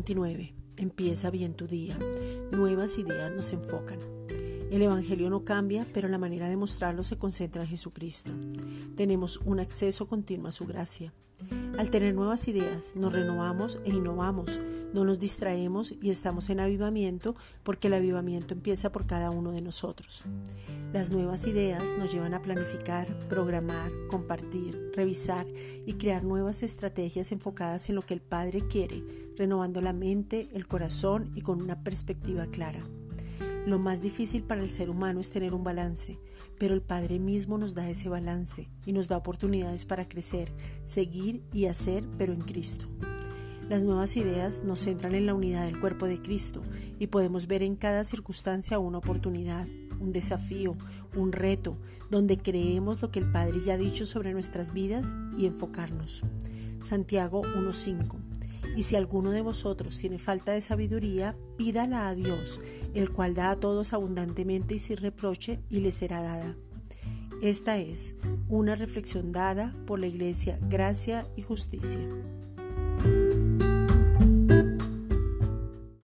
29. Empieza bien tu día. Nuevas ideas nos enfocan. El Evangelio no cambia, pero la manera de mostrarlo se concentra en Jesucristo. Tenemos un acceso continuo a su gracia. Al tener nuevas ideas, nos renovamos e innovamos, no nos distraemos y estamos en avivamiento porque el avivamiento empieza por cada uno de nosotros. Las nuevas ideas nos llevan a planificar, programar, compartir, revisar y crear nuevas estrategias enfocadas en lo que el Padre quiere, renovando la mente, el corazón y con una perspectiva clara. Lo más difícil para el ser humano es tener un balance, pero el Padre mismo nos da ese balance y nos da oportunidades para crecer, seguir y hacer, pero en Cristo. Las nuevas ideas nos centran en la unidad del cuerpo de Cristo y podemos ver en cada circunstancia una oportunidad, un desafío, un reto, donde creemos lo que el Padre ya ha dicho sobre nuestras vidas y enfocarnos. Santiago 1:5. Y si alguno de vosotros tiene falta de sabiduría, pídala a Dios, el cual da a todos abundantemente y sin reproche, y le será dada. Esta es una reflexión dada por la Iglesia Gracia y Justicia.